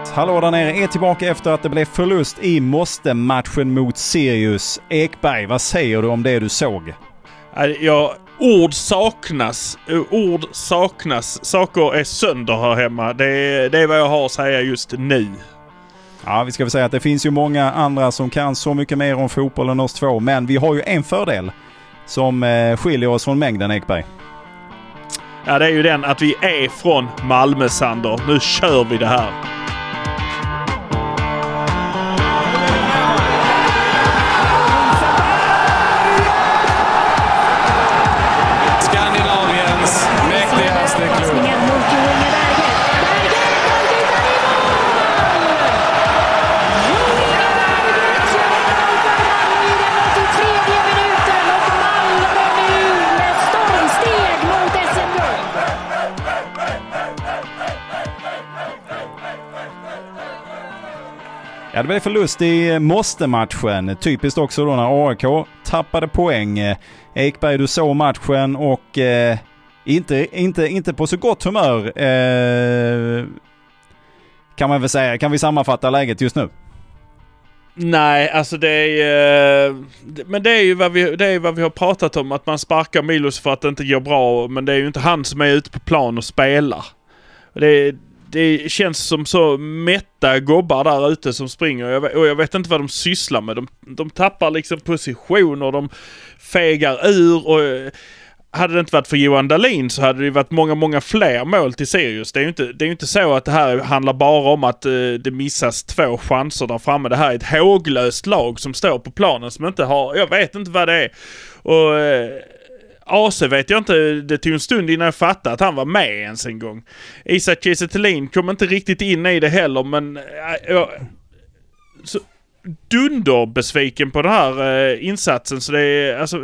Hallå där nere är tillbaka efter att det blev förlust i måste-matchen mot Sirius. Ekberg, vad säger du om det du såg? Ja, ord saknas. Saker är sönder här hemma. Det är vad jag har att säga just nu. Ja, vi ska väl säga att det finns ju många andra som kan så mycket mer om fotboll än oss två. Men vi har ju en fördel som skiljer oss från mängden, Ekberg. Ja, det är ju den att vi är från Malmö, Sander. Nu kör vi det här. Ja, det blev förlust i måste-matchen. Typiskt också då när AIK tappade poäng. Ekberg, du såg matchen och inte på så gott humör. Kan man väl säga. Kan vi sammanfatta läget just nu? Nej, alltså det är ju vad vi har pratat om, att man sparkar Milos för att det inte går bra, men det är ju inte han som är ute på plan och spelar. Det känns som så mätta gobbar där ute som springer och jag vet inte vad de sysslar med. De tappar liksom positioner, de fegar ur och hade det inte varit för Johan Dahlin så hade det varit många fler mål till Sirius. Det är ju inte så att det här handlar bara om att det missas 2 chanser där framme. Det här är ett håglöst lag som står på planen som inte har, jag vet inte vad det är. Och AC vet jag inte, det tog en stund innan jag fattade att han var med ens en gång. Isak Kiese Thelin kom inte riktigt in i det heller, men så dunderbesviken på den här insatsen, så det är alltså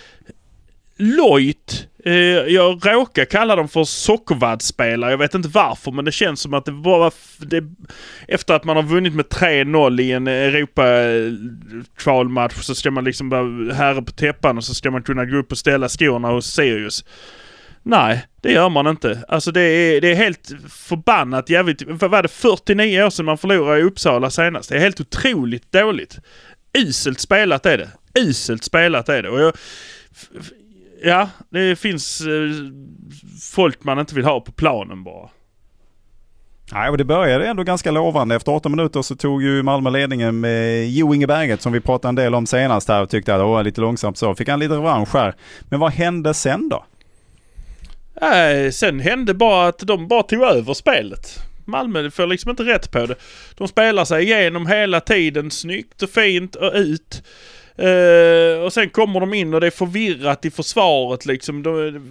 Lojt. Jag råkar kalla dem för sockervaddspelare. Jag vet inte varför, men det känns som att det bara efter att man har vunnit med 3-0 i en Europa-kvalmatch så ska man liksom bara här på täppan och så ska man kunna gå upp och ställa skorna hos Sirius. Nej, det gör man inte. Alltså det är helt förbannat jävligt. Vad var det, 49 år sedan man förlorade i Uppsala senast? Det är helt otroligt dåligt. Uselt spelat är det. Och ja, det finns folk man inte vill ha på planen bara. Nej, och det började ändå ganska lovande. Efter 8 minuter så tog ju Malmö ledningen med Jo Inge Berget som vi pratade en del om senast här och tyckte att det var lite långsamt så. Fick han lite revansch här. Men vad hände sen då? Sen hände bara att de bara tog över spelet. Malmö får liksom inte rätt på det. De spelar sig igenom hela tiden snyggt och fint och ut. Och sen kommer de in och det är förvirrat i försvaret liksom.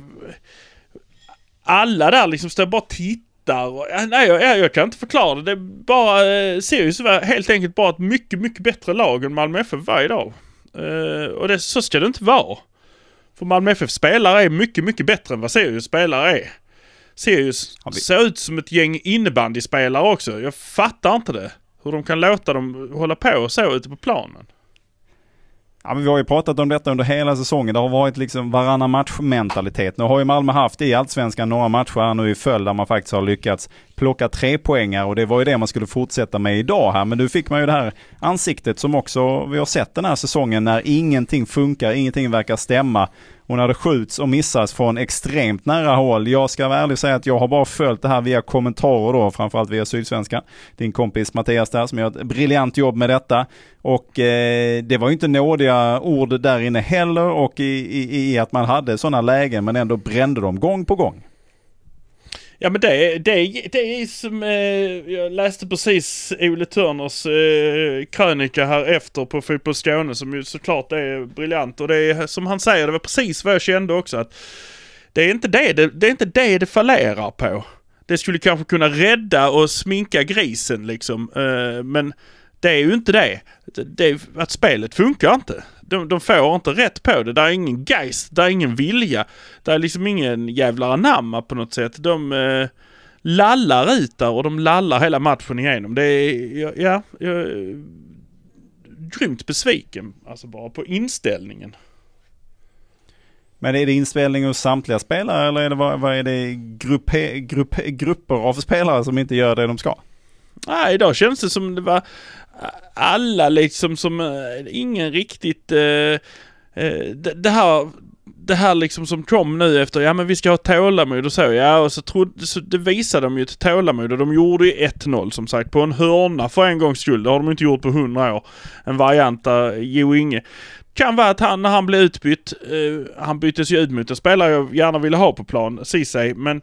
Alla där liksom står bara och tittar och, nej, jag kan inte förklara det. Det är bara Sirius var helt enkelt bara ett mycket bättre lag än Malmö FF varje dag. Och så ska det inte vara. För Malmö FF spelare är mycket bättre än vad Sirius spelare är. Sirius ser ut som ett gäng innebandyspelare också. Jag fattar inte det. Hur de kan låta dem hålla på och så ute på planen. Ja, men vi har ju pratat om detta under hela säsongen. Det har varit liksom varannan matchmentalitet. Nu har ju Malmö haft i Allsvenskan några matcher här nu i följd där man faktiskt har lyckats plocka 3 poängar och det var ju det man skulle fortsätta med idag här. Men nu fick man ju det här ansiktet som också vi har sett den här säsongen när ingenting funkar, ingenting verkar stämma och när det skjuts och missas från extremt nära håll. Jag ska vara ärlig och säga att jag har bara följt det här via kommentarer då, framförallt via Sydsvenskan. Din kompis Mattias där som gör ett briljant jobb med detta. Och det var ju inte nådiga ord där inne heller och i att man hade sådana lägen men ändå brände dem gång på gång. Ja, men det är som jag läste precis Ole Törners krönika här efter på Fotboll Skåne som ju såklart är briljant och det är som han säger, det var precis vad jag kände också att det är inte det fallerar på. Det skulle kanske kunna rädda och sminka grisen liksom, men det är ju inte det. Det är att spelet funkar inte. De får inte rätt på det. Det är ingen geist, det är ingen vilja. Det är liksom ingen jävla anamma på något sätt. De lallar ut där och de lallar hela matchen igenom. Det är, jag är grymt besviken alltså bara på inställningen. Men är det inspelning hos samtliga spelare eller är det, vad är det grupper av spelare som inte gör det de ska? Nej, idag känns det som det var alla liksom som ingen riktigt det här liksom som kom nu efter, ja men vi ska ha tålamod och så, ja, och så det visade de ju ett tålamod och de gjorde ju 1-0 som sagt på en hörna för en gångs skull. Det har de inte gjort på 100 år. En variant där Jo Inge kan vara att när han blev utbytt, han byttes ju ut mot en spelare jag gärna ville ha på plan, Ceesay, men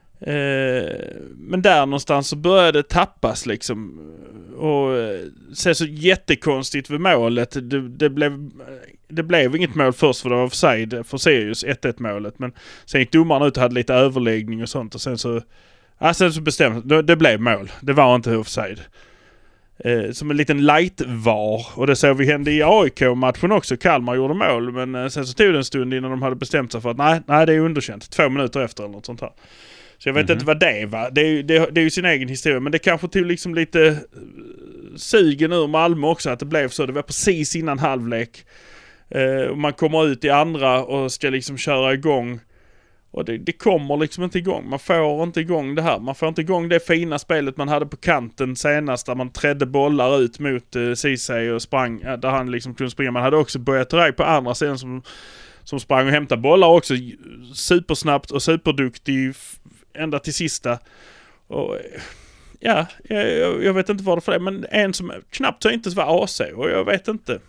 där någonstans så började det tappas liksom, och ser så jättekonstigt vid målet. Det blev inget mål först för det var offside för Sirius 1-1 målet, men sen gick domaren ut och hade lite överläggning och sånt och sen så bestämde det blev mål. Det var inte offside. Som en liten light-var, och det såg vi hände i AIK-matchen också. Kalmar gjorde mål, men sen så tog det en stund innan de hade bestämt sig för att nej det är underkänt. 2 minuter efter eller något sånt här. Så jag vet inte vad det var. Det är ju sin egen historia, men det kanske tog liksom lite sugen ur Malmö också att det blev så. Det var precis innan halvlek. Och man kommer ut i andra och ska liksom köra igång. Och det kommer liksom inte igång. Man får inte igång det här. Man får inte igång det fina spelet man hade på kanten senast där man trädde bollar ut mot Ceesay och sprang där han liksom kunde springa. Man hade också börjat dra på andra sidan som sprang och hämtade bollar också supersnabbt och superduktig ända till sista. Och ja, jag vet inte vad det för det, men en som knappt så inte var AC och jag vet inte.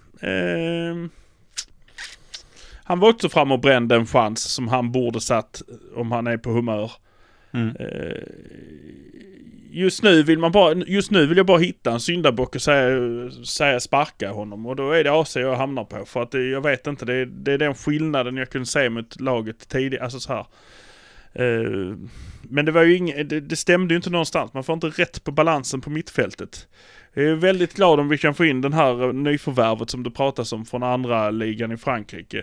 Han var också fram och brände en chans som han borde satt om han är på humör. Just nu vill jag bara hitta en syndabock och säga sparka honom, och då är det AC jag hamnar på, för att jag vet inte, det är den skillnaden jag kunde se mot laget tidigare, alltså så här. Men det var ju det stämde ju inte någonstans. Man får inte rätt på balansen på mittfältet. Jag är väldigt glad om vi kan få in den här nyförvärvet som du pratas om från andra ligan i Frankrike.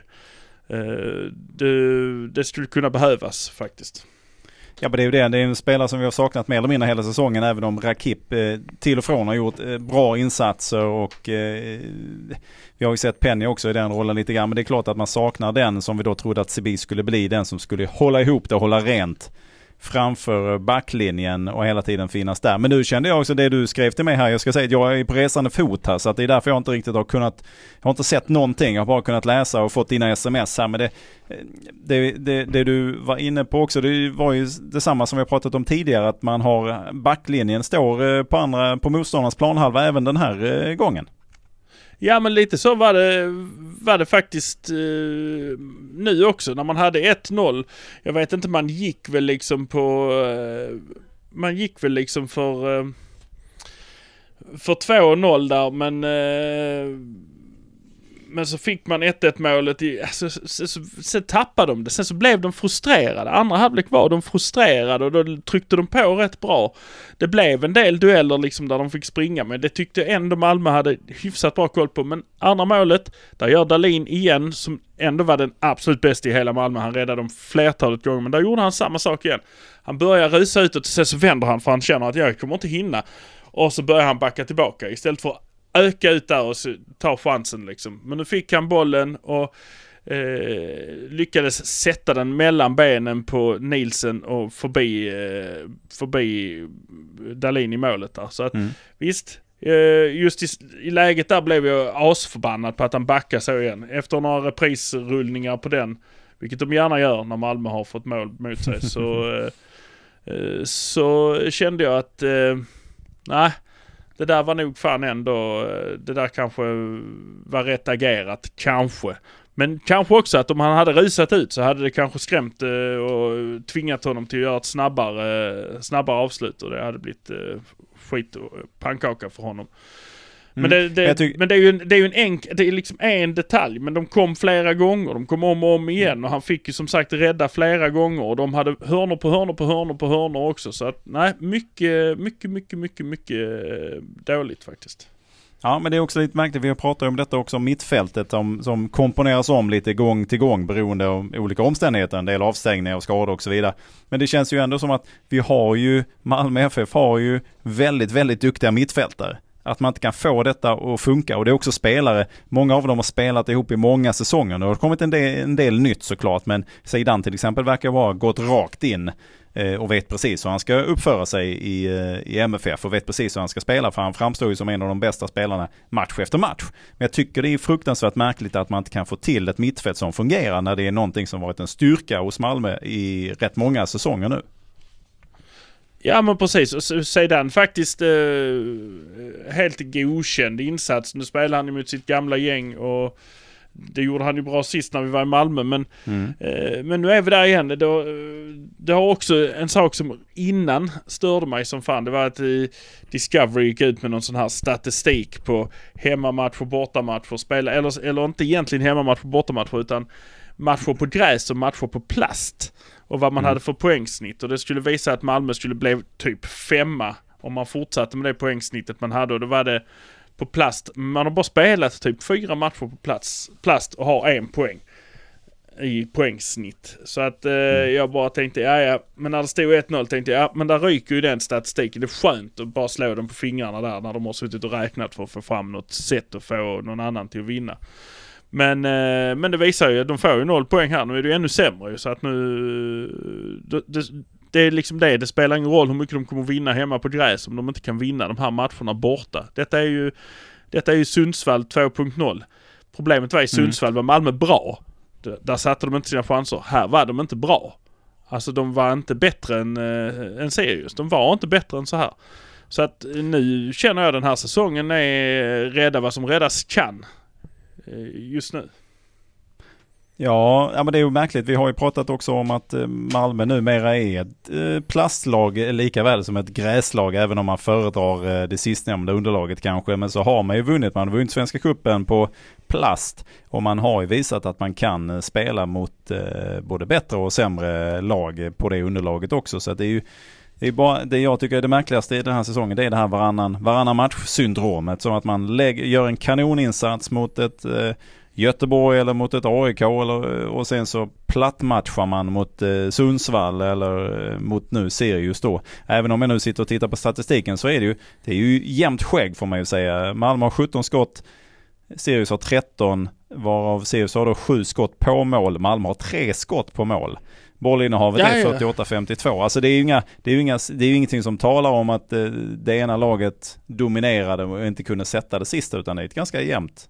Det skulle kunna behövas faktiskt. Ja, men det är ju det. Det är en spelare som vi har saknat mer eller mindre hela säsongen, även om Rakip till och från har gjort bra insatser, och vi har ju sett Penny också i den rollen lite grann, men det är klart att man saknar den som vi då trodde att Sibi skulle bli, den som skulle hålla ihop det och hålla rent framför backlinjen och hela tiden finnas där. Men nu kände jag också det du skrev till mig här. Jag ska säga att jag är på resande fot här, så att det är därför jag inte riktigt har kunnat, jag har inte sett någonting, jag har bara kunnat läsa och fått dina sms här. Men det du var inne på också, det var ju detsamma som vi har pratat om tidigare, att man har backlinjen står på motståndarnas planhalva även den här gången. Ja, men lite så var det faktiskt nu också när man hade 1-0. Jag vet inte, man gick väl liksom för 2-0 där, men så fick man 1-1 målet så tappade de det. Sen så blev de frustrerade. Andra halvlek var de frustrerade och då tryckte de på rätt bra. Det blev en del dueller liksom där de fick springa, men det tyckte ändå Malmö hade hyfsat bra koll på. Men andra målet, där gör Dahlin igen, som ändå var den absolut bästa i hela Malmö. Han räddade dem flertalet gånger, men där gjorde han samma sak igen. Han börjar rusa ut och sen så vänder han, för han känner att jag kommer inte hinna. Och så börjar han backa tillbaka istället för öka ut där och ta chansen liksom. Men nu fick han bollen och lyckades sätta den mellan benen på Nielsen och förbi Dahlin i målet där. Så att visst, just i läget där blev jag asförbannad på att han backar så igen. Efter några reprisrullningar på den, vilket de gärna gör när Malmö har fått mål mot sig, så kände jag att nej, det där var nog fan ändå, det där kanske var rätt agerat, kanske. Men kanske också att om han hade rusat ut så hade det kanske skrämt och tvingat honom till att göra ett snabbare avslut, och det hade blivit skit och pannkaka för honom. Men det är ju liksom en detalj, men de kom flera gånger, de kom om och om igen, och han fick ju som sagt rädda flera gånger, och de hade hörnor på hörnor också, så att nej, mycket dåligt faktiskt. Ja, men det är också lite märkligt, vi har pratat om detta också, om mittfältet som komponeras om lite gång till gång beroende av olika omständigheter, en del avstängningar och skador och så vidare. Men det känns ju ändå som att Malmö FF har ju väldigt, väldigt duktiga mittfältare. Att man inte kan få detta att funka. Och det är också spelare, många av dem har spelat ihop i många säsonger. Det har kommit en del nytt såklart, men Zeidan till exempel verkar vara gått rakt in och vet precis hur han ska uppföra sig i MFF och vet precis hur han ska spela, för han framstår ju som en av de bästa spelarna match efter match. Men jag tycker det är fruktansvärt märkligt att man inte kan få till ett mittfält som fungerar när det är någonting som varit en styrka hos Malmö i rätt många säsonger nu. Ja, men precis. Och sedan faktiskt helt godkänd insats. Nu spelar han emot sitt gamla gäng och det gjorde han ju bra sist när vi var i Malmö. Men nu är vi där igen. Det har också en sak som innan störde mig som fan. Det var att Discovery gick ut med någon sån här statistik på hemmamatch och bortamatch och spela. Eller inte egentligen hemmamatch och bortamatch, utan matcher på gräs och matcher på plast. Och vad man hade för poängsnitt. Och det skulle visa att Malmö skulle bli typ 5 om man fortsatte med det poängsnittet man hade. Och då var det på plast. Man har bara spelat typ 4 matcher på plast och har 1 poäng i poängsnitt. Så att jag bara tänkte, ja. Men när det stod 1-0 tänkte jag, men där ryker ju den statistiken. Det är skönt att bara slå dem på fingrarna där när de har suttit och räknat för att få fram något sätt att få någon annan till att vinna. Men det visar ju att de får ju 0 poäng här. Nu är det ju ännu sämre. Så att nu det är liksom det. Det spelar ingen roll hur mycket de kommer att vinna hemma på gräs om de inte kan vinna de här matcherna borta. Detta är ju Sundsvall 2.0. Problemet var i Sundsvall var Malmö bra. Där satte de inte sina chanser. Här var de inte bra. Alltså de var inte bättre än Sirius. De var inte bättre än så här. Så att nu känner jag den här säsongen är rädda vad som räddas kan. Just nu. Ja, men det är ju märkligt. Vi har ju pratat också om att Malmö numera är ett plastlag lika väl som ett gräslag, även om man föredrar det sistnämnda underlaget kanske. Men så har man ju vunnit. Man har vunnit Svenska cupen på plast och man har ju visat att man kan spela mot både bättre och sämre lag på det underlaget också. Så att det är bara det jag tycker är det märkligaste i den här säsongen. Det är det här varannan match-syndromet. Som att man gör en kanoninsats mot ett Göteborg eller mot ett AIK och sen så plattmatchar man mot Sundsvall eller mot nu Sirius då. Även om jag nu sitter och tittar på statistiken så är det är ju jämnt skägg får man ju säga. Malmö har 17 skott, Sirius har 13, varav Sirius har då 7 skott på mål. Malmö har 3 skott på mål. Bollinnehavet är 48-52. Alltså det är ju ingenting som talar om att det ena laget dominerade och inte kunde sätta det sista, utan det är ett ganska jämnt.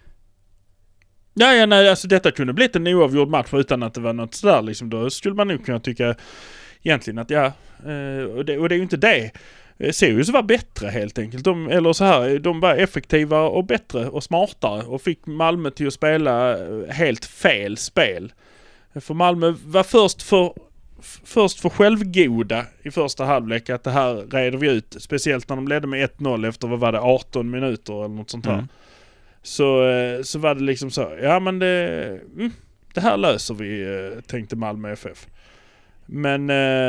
Nej, alltså detta kunde blivit en oavgjord match utan att det var något sådär liksom. Då skulle man nog kunna tycka egentligen att och det är ju inte det. Sirius var bättre helt enkelt. De var effektiva och bättre och smartare och fick Malmö till att spela helt fel spel. För Malmö var först för självgoda i första halvlek att det här reder vi ut. Speciellt när de ledde med 1-0 efter, vad var det, 18 minuter eller något sånt här. Så var det liksom så, ja men det här löser vi, tänkte Malmö FF. Men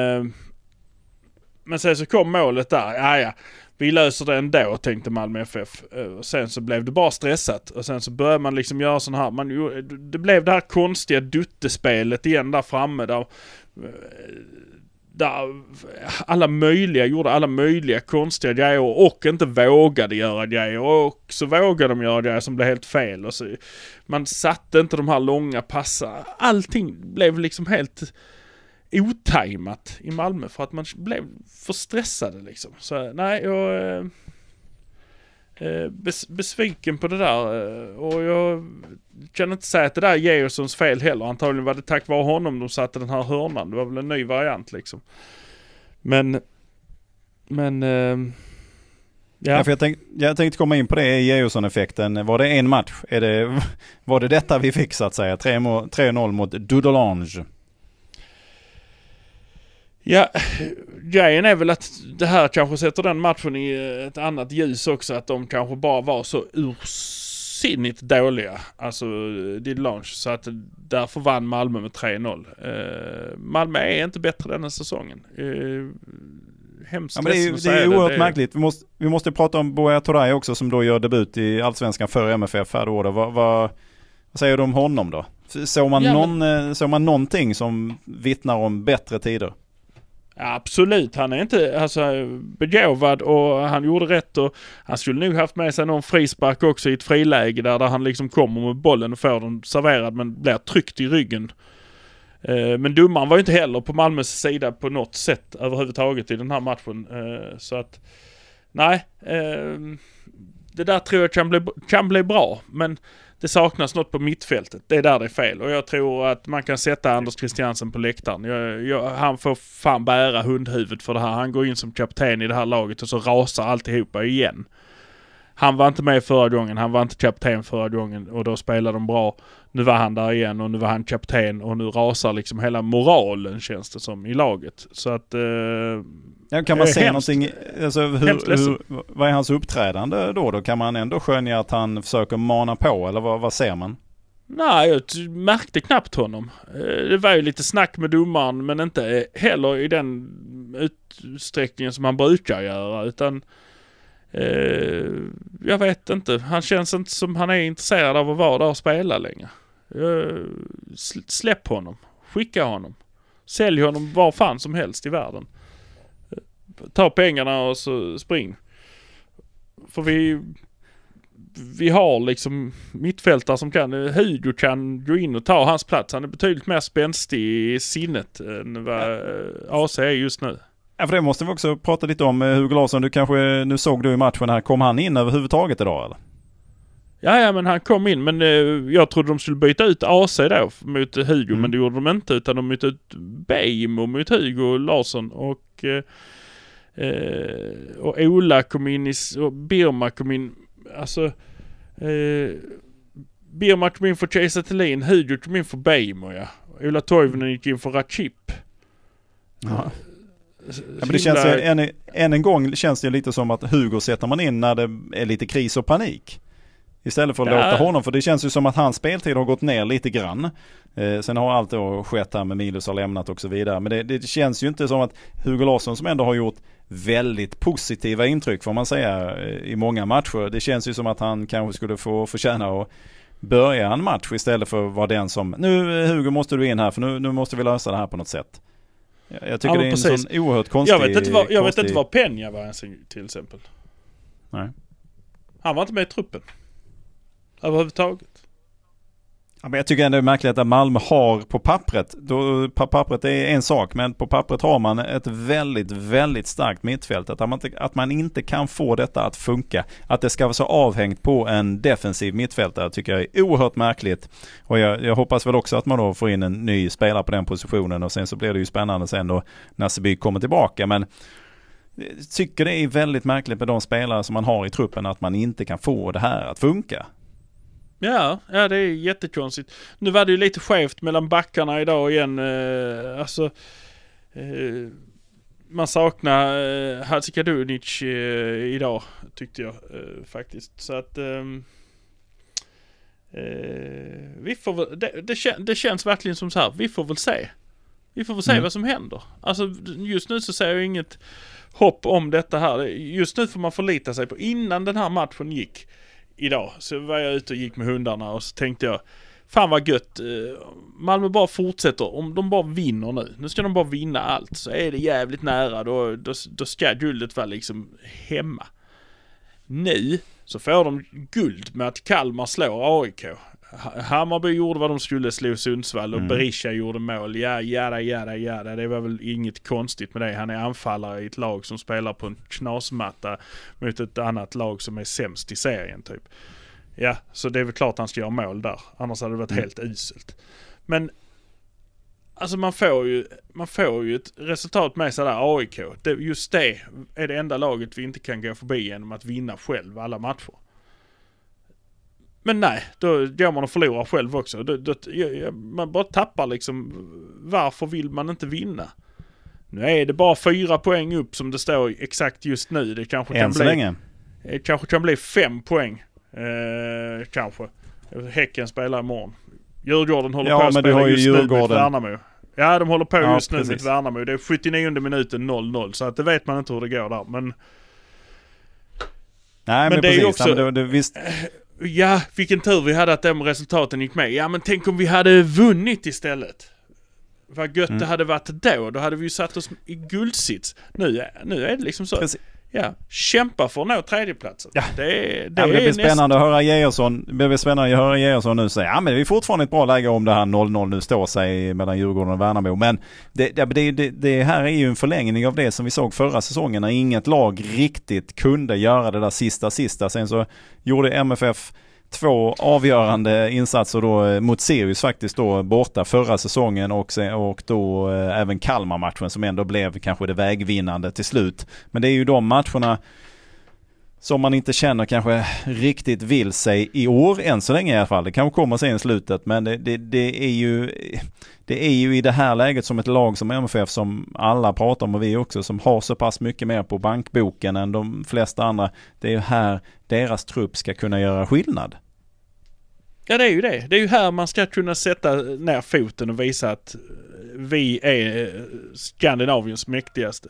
sen så kom målet där, ja vi löser det ändå, tänkte Malmö FF. Och sen så blev det bara stressat. Och sen så började man liksom göra sån här, det blev det här konstiga duttespelet igen där framme där alla möjliga gjorde alla möjliga konstiga grejer och inte vågade göra grejer, och så vågade de göra grejer som blev helt fel, och så man satte inte de här långa passar. Allting blev liksom helt otajmat i Malmö för att man blev för stressade liksom. Så nej, jag besviken på det där, och jag kan inte säga att det där är Georgssons fel heller. Antagligen var det tack vare honom de satte den här hörnan. Det var väl en ny variant liksom. Men ja, för jag tänkte komma in på det i Georgsson-effekten. Var det en match? Var det detta vi fick så att säga? 3-0 mot Dudelange. Ja, grejen är väl att det här kanske sätter den matchen i ett annat ljus också, att de kanske bara var så ursinnigt dåliga, alltså Dudelange, så att därför vann Malmö med 3-0. Malmö är inte bättre den här säsongen. Hemskt. Ja, men det är oerhört märkligt. Vi måste prata om Buya Turay också, som då gör debut i Allsvenskan för MFF här då. Vad säger du om honom då? Såg man någonting som vittnar om bättre tider? Absolut, han är inte begåvad och han gjorde rätt och han skulle nog haft med sig någon frispark också i ett friläge där han liksom kommer med bollen och får den serverad men blir tryckt i ryggen. Men domaren var ju inte heller på Malmös sida på något sätt överhuvudtaget i den här matchen. Så att nej, det där tror jag kan bli bra, men det saknas något på mittfältet. Det är där det är fel. Och jag tror att man kan sätta Anders Christiansen på läktaren. Han får fan bära hundhuvudet för det här. Han går in som kapten i det här laget och så rasar alltihopa igen. Han var inte med förra gången. Han var inte kapten förra gången. Och då spelade de bra. Nu var han där igen och nu var han kapten. Och nu rasar liksom hela moralen, känns det som, i laget. Så att... kan man se någonting... Alltså, vad är hans uppträdande då? Då kan man ändå skönja att han försöker mana på. Eller vad ser man? Nej, jag märkte knappt honom. Det var ju lite snack med domaren. Men inte heller i den utsträckningen som han brukar göra. Utan... jag vet inte. Han känns inte som han är intresserad av att vara där och spela längre. Släpp honom. Skicka honom. Sälj honom var fan som helst i världen. Ta pengarna och så spring. För vi har liksom mittfältare som kan... Hugo kan gå in och ta hans plats. Han är betydligt mer spänstig i sinnet än vad AC är just nu. Ja, för det måste vi också prata lite om. Hugo Larsson, nu såg du i matchen här. Kom han in överhuvudtaget idag eller? Ja, men han kom in. Men jag trodde de skulle byta ut AC då mot Hugo. Men det gjorde de inte. Utan de bytte ut Beijmo mot Hugo Larsson. Och Ola kom in och Birma kom in. Alltså... Birma kom in för Chesa Thelin. Hugo kom in för Beijmo, ja. Ola Toivonen gick in för Rachip. Ja. Ja, men det känns än en gång känns det lite som att Hugo sätter man in när det är lite kris och panik. Istället för att låta honom, för det känns ju som att hans speltid har gått ner lite grann. Sen har allt då skett här med Milos har lämnat och så vidare. Men det känns ju inte som att Hugo Larsson, som ändå har gjort väldigt positiva intryck får man säga i många matcher. Det känns ju som att han kanske skulle få förtjäna att börja en match istället för att vara den som nu Hugo måste du in här för nu måste vi lösa det här på något sätt. Jag tycker det är en sån oerhört konstig... Jag vet inte vad Peña var ens till exempel. Nej. Han var inte med i truppen. Överhuvudtaget. Ja, men jag tycker ändå det är märkligt att Malmö har på pappret, pappret är en sak, men på pappret har man ett väldigt, väldigt starkt mittfält. Att man inte kan få detta att funka. Att det ska vara så avhängt på en defensiv mittfältare tycker jag är oerhört märkligt. Och jag hoppas väl också att man då får in en ny spelare på den positionen och sen så blir det ju spännande sen då när Seby kommer tillbaka. Men jag tycker det är väldigt märkligt med de spelare som man har i truppen att man inte kan få det här att funka. Ja, det är jättekonstigt. Nu var det ju lite skevt mellan backarna idag igen. Man saknar Hadzikadunic idag, tyckte jag faktiskt. Så att vi får väl, det känns verkligen som så här. Vi får väl se. Vi får väl se vad som händer. Alltså just nu så ser jag inget hopp om detta här. Just nu får man förlita sig på, innan den här matchen gick idag, så var jag ute och gick med hundarna och så tänkte jag, fan vad gött, Malmö bara fortsätter, om de bara vinner nu ska de bara vinna allt, så är det jävligt nära, då ska guldet vara liksom hemma. Nu så får de guld med att Kalmar slår AIK. Hammarby gjorde vad de skulle, slå Sundsvall och Berisha gjorde mål. Ja, det var väl inget konstigt med det. Han är anfallare i ett lag som spelar på en knasmatta mot ett annat lag som är sämst i serien typ. Ja, så det är väl klart han ska göra mål där. Annars hade det varit helt uselt. Men alltså man får ju ett resultat med sig där, AIK. Just det är det enda laget vi inte kan gå förbi genom att vinna själv alla matcher. Men nej, då går man och förlorar själv också. Man bara tappar liksom, varför vill man inte vinna? Nu är det bara 4 poäng upp som det står exakt just nu. Det kanske kan bli 5 poäng. Kanske. Häcken spelar imorgon. Djurgården håller på att spela just nu med Värnamo. Ja, de håller på just nu med Värnamo. Det är 79 minuten 0-0. Så att det vet man inte hur det går där. Men nej, men det precis. är också... Ja, men visst... Ja, vilken tur vi hade att de resultaten gick med. Ja, men tänk om vi hade vunnit istället. vad gött det hade varit då hade vi ju satt oss i guldsits. Nu är det liksom så. Precis. Ja, kämpa för att nå tredjeplatsen. Ja. Det blir spännande att höra Georgsson. Det blir spännande att höra Georgsson nu säga, men det är fortfarande ett bra läge om det här 0-0 nu står sig mellan Djurgården och Värnamo. Men det här är ju en förlängning av det som vi såg förra säsongen när inget lag riktigt kunde göra det där sista. Sen så gjorde MFF 2 avgörande insatser då mot Sirius faktiskt då borta förra säsongen och då även Kalmar-matchen som ändå blev kanske det vägvinnande till slut. Men det är ju de matcherna som man inte känner kanske riktigt vill sig i år än så länge i alla fall. Det kanske kommer sen i slutet, men det är ju i det här läget som ett lag som MFF som alla pratar om och vi också som har så pass mycket mer på bankboken än de flesta andra. Det är ju här deras trupp ska kunna göra skillnad. Ja, det är ju det. Det är ju här man ska kunna sätta ner foten och visa att vi är Skandinaviens mäktigaste.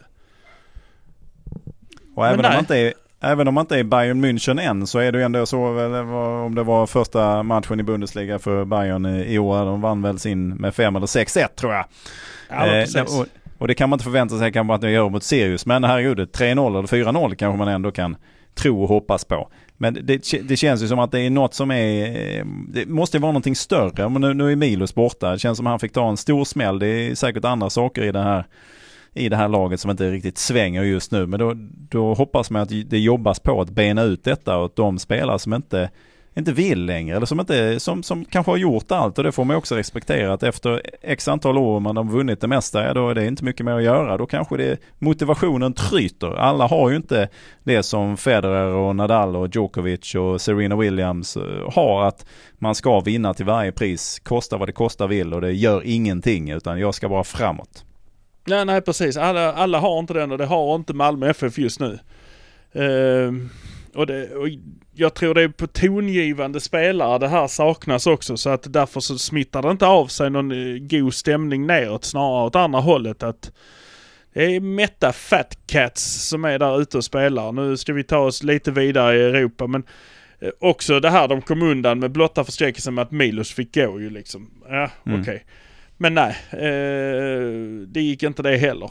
Och även om man inte är Bayern München än så är det ju ändå så, om det var första matchen i Bundesliga för Bayern i år, de vann väl sin med 5 eller 6-1 tror jag. Ja, precis. Och det kan man inte förvänta sig kanske att de gör mot Sirius, men herregud, 3-0 eller 4-0 kanske man ändå kan tro och hoppas på. Men det känns ju som att det är något som det måste vara någonting större. Men nu är Milos borta. Det känns som att han fick ta en stor smäll. Det är säkert andra saker i det här laget som inte riktigt svänger just nu. Men då hoppas man att det jobbas på att bena ut detta och att de spelare som inte vill längre eller som kanske har gjort allt, och det får man också respektera, att efter x antal år man har vunnit det mesta, då är det inte mycket mer att göra. Då kanske motivationen tryter. Alla har ju inte det som Federer och Nadal och Djokovic och Serena Williams har, att man ska vinna till varje pris, kosta vad det kostar vill, och det gör ingenting utan jag ska bara framåt. Nej, precis. Alla har inte den, och det har inte Malmö FF just nu. Och jag tror det är på tongivande spelare det här saknas också, så att därför så smittar det inte av sig någon god stämning neråt, snarare åt andra hållet, att det är mätta fat cats som är där ute och spelar. Nu ska vi ta oss lite vidare i Europa, men också det här de kom undan med blotta förskräckelsen med att Milos fick gå ju liksom. Ja, okej. Men nej, det gick inte det heller.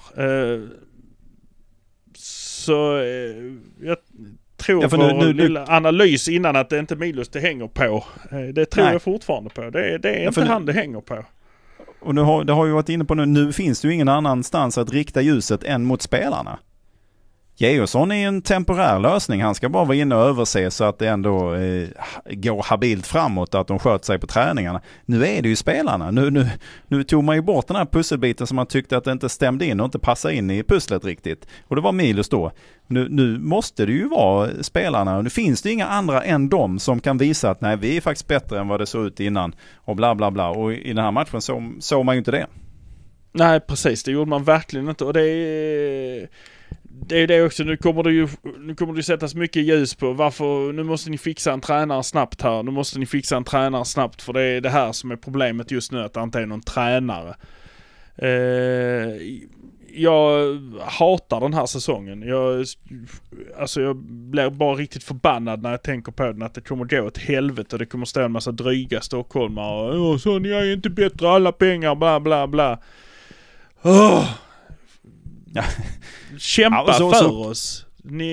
Så jag tror på lilla analys innan att det inte är Milos det hänger på. Det tror jag fortfarande på. Det är inte han det hänger på. Och det har ju varit inne på nu finns det ju ingen annanstans att rikta ljuset än mot spelarna. Georgsson är en temporär lösning. Han ska bara vara inne och överse så att det ändå går habilt framåt, att de sköter sig på träningarna. Nu är det ju spelarna. Nu tog man ju bort den här pusselbiten som man tyckte att det inte stämde in och inte passade in i pusslet riktigt. Och det var Milos då. Nu måste det ju vara spelarna. Och nu finns det inga andra än de som kan visa att nej, vi är faktiskt bättre än vad det såg ut innan. Och bla bla bla. Och i den här matchen såg man ju inte det. Nej, precis. Det gjorde man verkligen inte. Och det är det också. Nu kommer det sättas mycket ljus på varför nu måste ni fixa en tränare snabbt här. Nu måste ni fixa en tränare snabbt, för det är det här som är problemet just nu, att det inte är någon tränare. Jag hatar den här säsongen. Jag blir bara riktigt förbannad när jag tänker på den, att det kommer gå åt helvete och det kommer stå en massa dryga stockholmare och så, ni är inte bättre, alla pengar, bla bla bla. Kämpa för oss.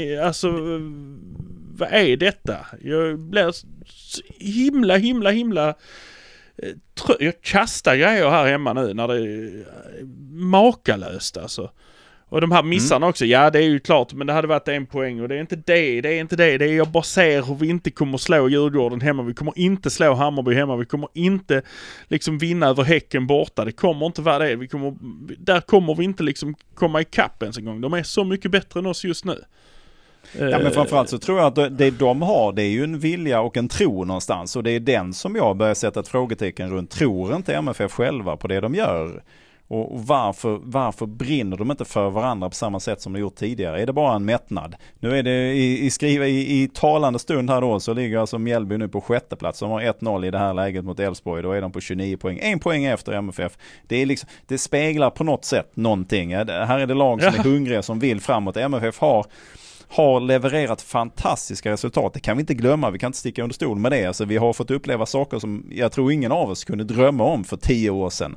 Vad är detta? Jag blir så himla jag kastar grejer här hemma nu när det är makalöst alltså. Och de här missarna också, ja det är ju klart, men det hade varit 1 poäng och det är inte det. Det är jag bara ser hur vi inte kommer slå Djurgården hemma. Vi kommer inte slå Hammarby hemma. Vi kommer inte liksom vinna över Häcken borta. Det kommer inte vara det. Där kommer vi inte liksom komma i kapp ens en gång. De är så mycket bättre än oss just nu. Ja, men framförallt så tror jag att det de har, det är ju en vilja och en tro någonstans. Och det är den som jag börjar sätta ett frågetecken runt. Tror inte MFF själva på det de gör? Och varför brinner de inte för varandra på samma sätt som de gjort tidigare? Är det bara en mättnad? Nu är det i talande stund här då, så ligger alltså Mjällby nu på 6:e plats. De har 1-0 i det här läget mot Elfsborg. Då är de på 29 poäng. 1 poäng efter MFF. Det speglar på något sätt någonting. Här är det lag som är hungriga, som vill framåt. MFF har levererat fantastiska resultat. Det kan vi inte glömma. Vi kan inte sticka under stol med det. Alltså, vi har fått uppleva saker som jag tror ingen av oss kunde drömma om för 10 år sedan.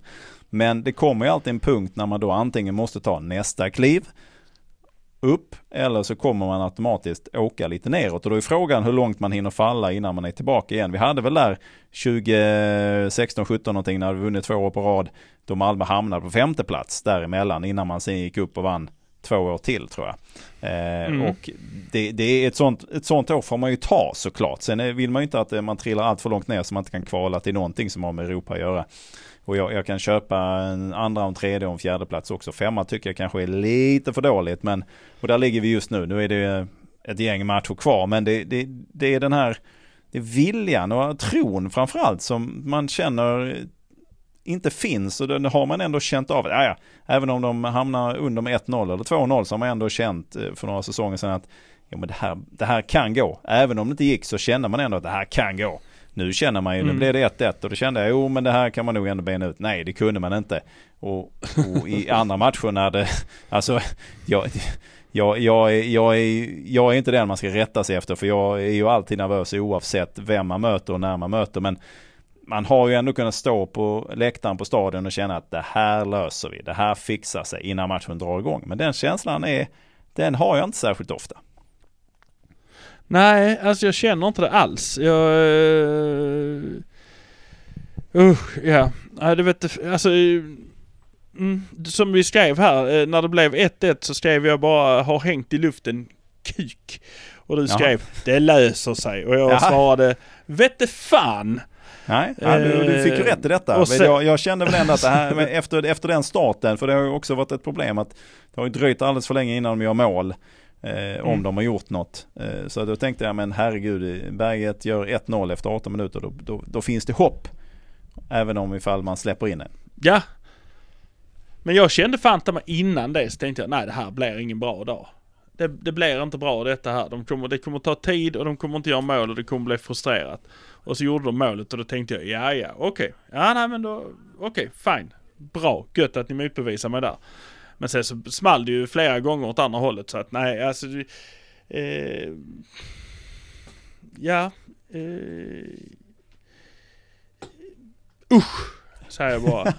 Men det kommer ju alltid en punkt när man då antingen måste ta nästa kliv upp eller så kommer man automatiskt åka lite neråt. Och då är frågan hur långt man hinner falla innan man är tillbaka igen. Vi hade väl där 2016-17 någonting när vi vunnit 2 år på rad då Malmö hamnade på 5:e plats däremellan innan man sen gick upp och vann 2 år till tror jag. Och det är ett sånt år får man ju ta såklart. Sen vill man ju inte att man trillar allt för långt ner så man inte kan kvala till någonting som har med Europa att göra. Och jag kan köpa en andra, en tredje och en fjärde plats också. 5:a tycker jag kanske är lite för dåligt. Men, och där ligger vi just nu. Nu är det ett gäng matcher kvar. Men det är den här det är viljan och tron framförallt som man känner inte finns. Och den har man ändå känt av. Ja, även om de hamnar under med 1-0 eller 2-0 så har man ändå känt för några säsonger sedan att ja, men det här kan gå. Även om det inte gick så känner man ändå att det här kan gå. Nu känner man ju, nu blev det 1-1 och då kände jag, men det här kan man nog ändå bena ut. Nej, det kunde man inte. Och i andra matcher när det, alltså, jag är inte den man ska rätta sig efter för jag är ju alltid nervös oavsett vem man möter och när man möter. Men man har ju ändå kunnat stå på läktaren på stadion och känna att det här löser vi, det här fixar sig innan matchen drar igång. Men den känslan den har jag inte särskilt ofta. Nej, alltså jag känner inte det alls. Det vet alltså som vi skrev här när det blev 1-1 så skrev jag bara har hängt i luften kuk. Och du skrev det löser sig och jag svarade vette fan. Nej, du fick ju rätt i detta. Jag kände väl ändå att det här efter den starten, för det har ju också varit ett problem att det har ju dröjt alldeles för länge innan de gör mål. Om de har gjort något. Så då tänkte jag, men herregud, Berget gör 1-0 efter 18 minuter, då finns det hopp. Även om ifall man släpper in det. Ja. Men jag kände fan mig innan det så tänkte jag, nej det här blir ingen bra dag. Det blir inte bra detta här. Det kommer ta tid och de kommer inte göra mål och det kommer bli frustrerat. Och så gjorde de målet och då tänkte jag, okej. Ja, nej men då, okej, fine. Bra, gött att ni motbevisar mig där. Men sen så small det ju flera gånger åt andra hållet så att nej, alltså säger jag bara.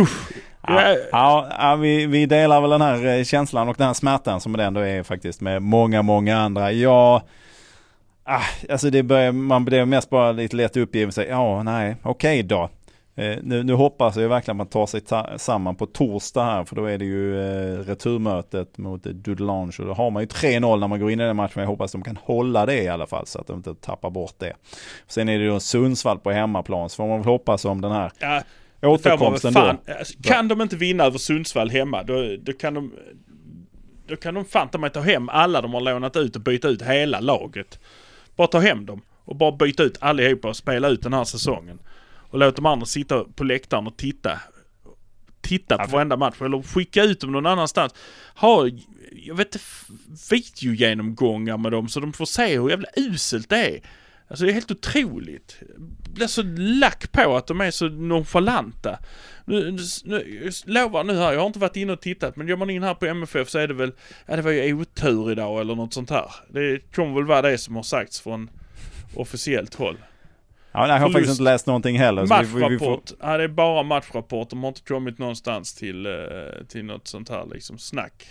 Vi delar väl den här känslan och den här smärtan som det ändå är faktiskt med många andra. Alltså man blir mest bara lite lätt uppgiven sig. Okej då. Nu hoppas jag verkligen att man tar sig samman på torsdag här, för då är det ju returmötet mot Dudelange och då har man ju 3-0 när man går in i den matchen. Jag hoppas att de kan hålla det i alla fall så att de inte tappar bort det. Sen är det ju Sundsvall på hemmaplan, så får man väl hoppas om den här återkomsten då. Kan de inte vinna över Sundsvall hemma, då kan de fan ta mig ta hem alla de har lånat ut och byta ut hela laget. Bara ta hem dem och bara byta ut allihopa och spela ut den här säsongen. Och låt de andra sitta på läktaren och titta på varenda match. Eller skicka ut dem någon annanstans. Jag vet inte, videogenomgångar med dem så de får se hur jävla uselt det är. Alltså det är helt otroligt. Jag blir så lack på att de är så nonchalanta. Nu lovar nu här, jag har inte varit inne och tittat, men gör man in här på MFF så är det väl, det var ju otur idag eller något sånt här. Det kommer väl vara det som har sagts från officiellt håll. Ja, jag har faktiskt inte läst någonting heller. Matchrapport. Ja, det är bara matchrapport. De har inte kommit någonstans till något sånt här liksom snack.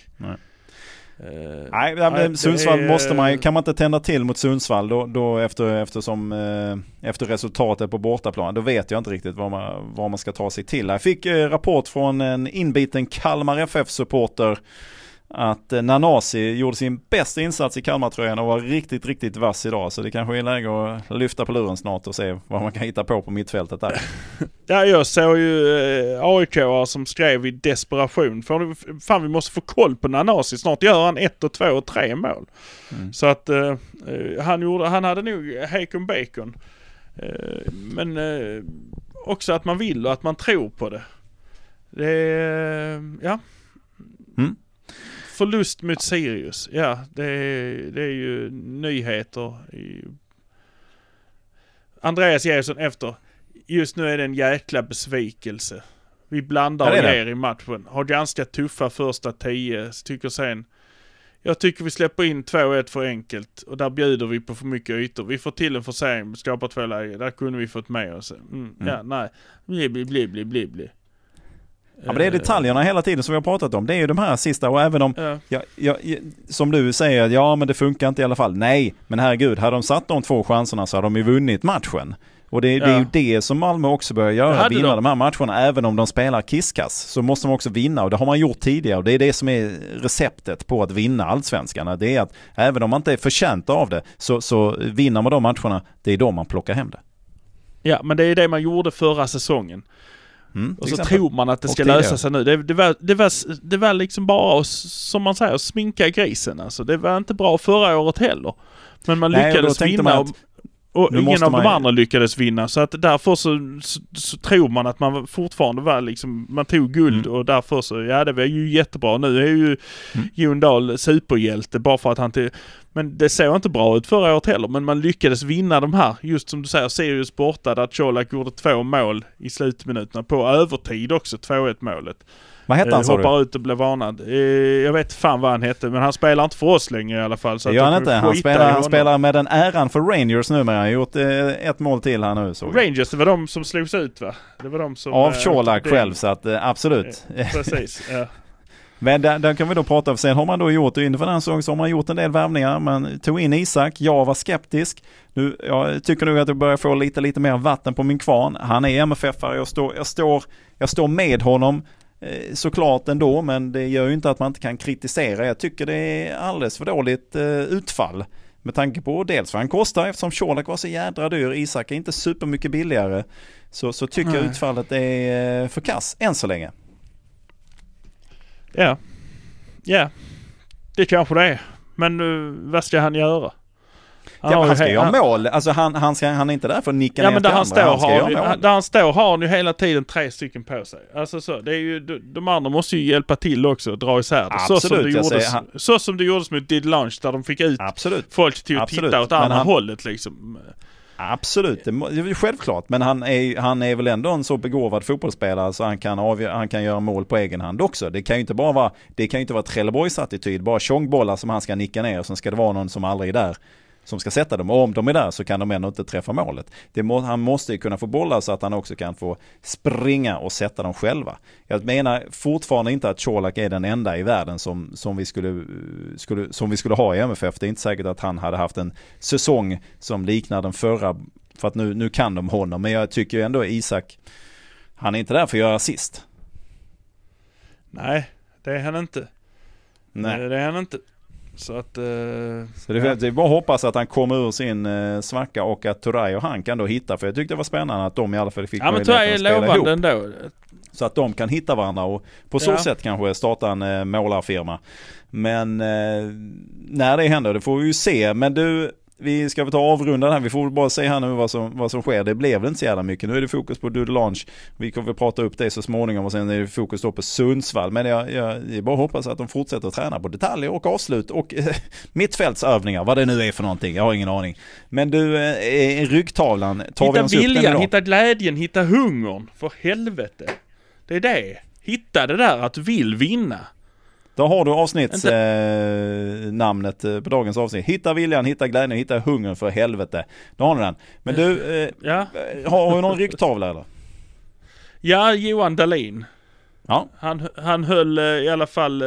Nej, Sundsvall kan man inte tända till mot Sundsvall då efter resultatet på bortaplan. Då vet jag inte riktigt vad man ska ta sig till. Jag fick rapport från en inbiten Kalmar FF-supporter att Nanasi gjorde sin bästa insats i Kalmartröjan och var riktigt, riktigt vass idag. Så det kanske är läge att lyfta på luren snart och se vad man kan hitta på mittfältet där. Ja, jag såg ju AIK-are som skrev i desperation. Fan, vi måste få koll på Nanasi. Snart gör han 1, 2 och 3 mål. Så att han hade nog Hakon Bacon. Men också att man vill och att man tror på det. Det är, förlust mot Sirius. Ja, det är ju nyheter. Andreas Gesson efter. Just nu är det en jäkla besvikelse. Vi blandar och ger i matchen. Har ganska tuffa första 10. Jag tycker vi släpper in 2-1 för enkelt. Och där bjuder vi på för mycket ytor. Vi får till en försäljning. Skapar 2 läger. Där kunde vi fått med oss. Bli. Ja, men det är detaljerna hela tiden som vi har pratat om. Det är ju de här sista, och även om som du säger, ja men det funkar inte i alla fall. Nej, men herregud, hade de satt de 2 chanserna så hade de ju vunnit matchen. Och det är ju det som Malmö också börjar göra, vinna de här matcherna. Även om de spelar kisskass så måste de också vinna, och det har man gjort tidigare. Och det är det som är receptet på att vinna allsvenskarna. Det är att även om man inte är förtjänt av det så vinner man de matcherna, det är då man plockar hem det. Ja, men det är det man gjorde förra säsongen. Och så tror man att det ska lösa sig nu. Det var liksom bara, som man säger, sminka grisen. Alltså, det var inte bra förra året heller. Men man lyckades vinna och ingen av de andra lyckades vinna. Så att därför så tror man att man fortfarande var liksom, man tog guld och därför så, det var ju jättebra. Nu är ju Jon Dahl superhjälte bara för att han till. Men det ser inte bra ut förra året heller. Men man lyckades vinna de här, just som du säger, Sirius borta där Colak gjorde 2 mål i slutminuterna på övertid också, 2-1 målet. Vad hette han, sa du? Hoppar ut och blev varnad. Jag vet fan vad han hette, men han spelar inte för oss längre i alla fall. Så det gör han inte. Han spelar med den äran för Rangers nu, men han har gjort 1 mål till här nu. Så. Rangers, det var de som slogs ut, va? Det var de som... Av Colak själv, så att absolut. Precis, ja. Men där kan vi då prata om. Sen har man då gjort, inför den säsongen så har man gjort en del värvningar. Man tog in Isak, jag var skeptisk. Nu, jag tycker nog att jag börjar få lite mer vatten på min kvarn. Han är MFF-are, jag står med honom såklart ändå, men det gör ju inte att man inte kan kritisera. Jag tycker det är alldeles för dåligt utfall. Med tanke på dels vad han kostar, eftersom Colak var så jädra dyr. Isak är inte supermycket billigare. Så tycker jag utfallet är för kass än så länge. Ja, det kanske det är. Men vad ska han göra? Han ska göra mål. Alltså han är inte där för att nicka ner men till andra. Där han står har han ju hela tiden 3 stycken på sig. Alltså så, det är ju, de andra måste ju hjälpa till också och dra isär det. Absolut, så som det gjordes med Did Lunch, där de fick ut folk till att titta åt andra hållet liksom. Absolut, det är självklart. Men han är väl ändå en så begåvad fotbollsspelare så han kan göra mål på egen hand också. Det kan ju inte vara Trelleborgs attityd, bara tjongbollar som han ska nicka ner, och sen ska det vara någon som aldrig är där som ska sätta dem. Och om de är där så kan de ändå inte träffa målet. Han måste ju kunna få bollar så att han också kan få springa och sätta dem själva. Jag menar fortfarande inte att Colak är den enda i världen som vi skulle ha i MFF. Det är inte säkert att han hade haft en säsong som liknar den förra, för att nu kan de honom. Men jag tycker ju ändå Isak, han är inte där för att göra assist. Nej, det är han inte. Nej. Det är han inte. Så att så det är bara att hoppas att han kommer ur sin svacka och att Turay och han kan då hitta, för jag tyckte det var spännande att de i alla fall fick möjlighet att spela ihop ändå. Så att de kan hitta varandra och på så sätt kanske starta en målarfirma. Men när det händer, det får vi ju se. Men du, vi ska väl ta avrunda här. Vi får bara se här nu vad som sker. Det blev inte så jävla mycket. Nu är det fokus på Dude Lounge. Vi kommer väl prata upp det så småningom och sen är det fokus då på Sundsvall. Men jag bara hoppas att de fortsätter att träna på detaljer och avslut och mittfältsövningar. Vad det nu är för någonting. Jag har ingen aning. Men du, ryggtavlan. Hitta viljan, hitta glädjen, hitta hungern. För helvete. Det är det. Hitta det där att du vill vinna. Då har du avsnittsnamnet på dagens avsnitt. Hitta viljan, hitta glädjen, hitta hungern, för helvete. Då har ni den. Men du, har du någon ryggtavla eller? Ja, Johan Dahlin. Ja. Han höll i alla fall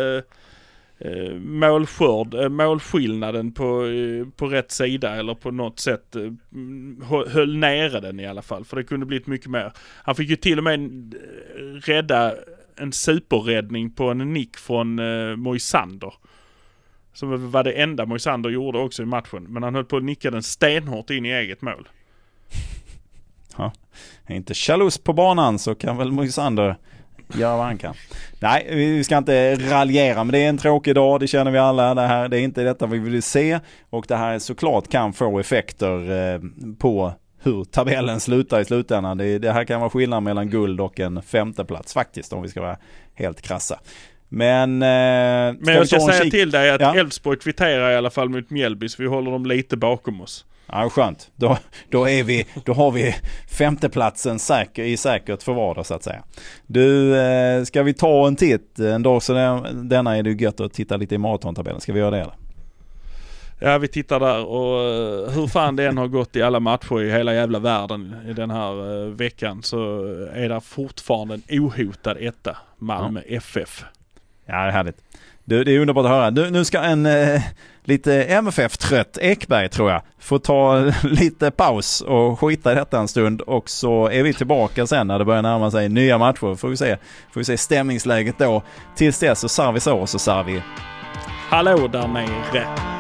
målskillnaden på rätt sida, eller på något sätt höll nere den i alla fall. För det kunde blivit mycket mer. Han fick ju till och med rädda en superräddning på en nick från Moisander. Som var det enda Moisander gjorde också i matchen. Men han höll på att nicka den stenhårt in i eget mål. Ja, är inte chalus på banan så kan väl Moisander göra vad han kan. Nej, vi ska inte raljera, men det är en tråkig dag, det känner vi alla. Det är inte detta vi vill se, och det här såklart kan få effekter på hur tabellen slutar i slutändan. Det här kan vara skillnad mellan guld och en 5:e plats faktiskt, om vi ska vara helt krassa. Men jag ska säga till dig att Elfsborg kvitterar i alla fall mot Mjällby, så vi håller dem lite bakom oss. Ja, skönt. Då har vi 5:e platsen säkert förvar så att säga. Du, ska vi ta en titt en dag så denna är det gött att titta lite i maratontabellen. Ska vi göra det eller? Ja, vi tittar där och hur fan det än har gått i alla matcher i hela jävla världen i den här veckan så är det fortfarande en ohotad etta, Malmö FF. Ja, det är härligt. Det är underbart att höra. Nu ska en lite MFF-trött Ekberg, tror jag, få ta lite paus och skita i detta en stund, och så är vi tillbaka sen när det börjar närma sig nya matcher. Får vi se stämningsläget då. Tills dess så Sarvi. Hallå där nere.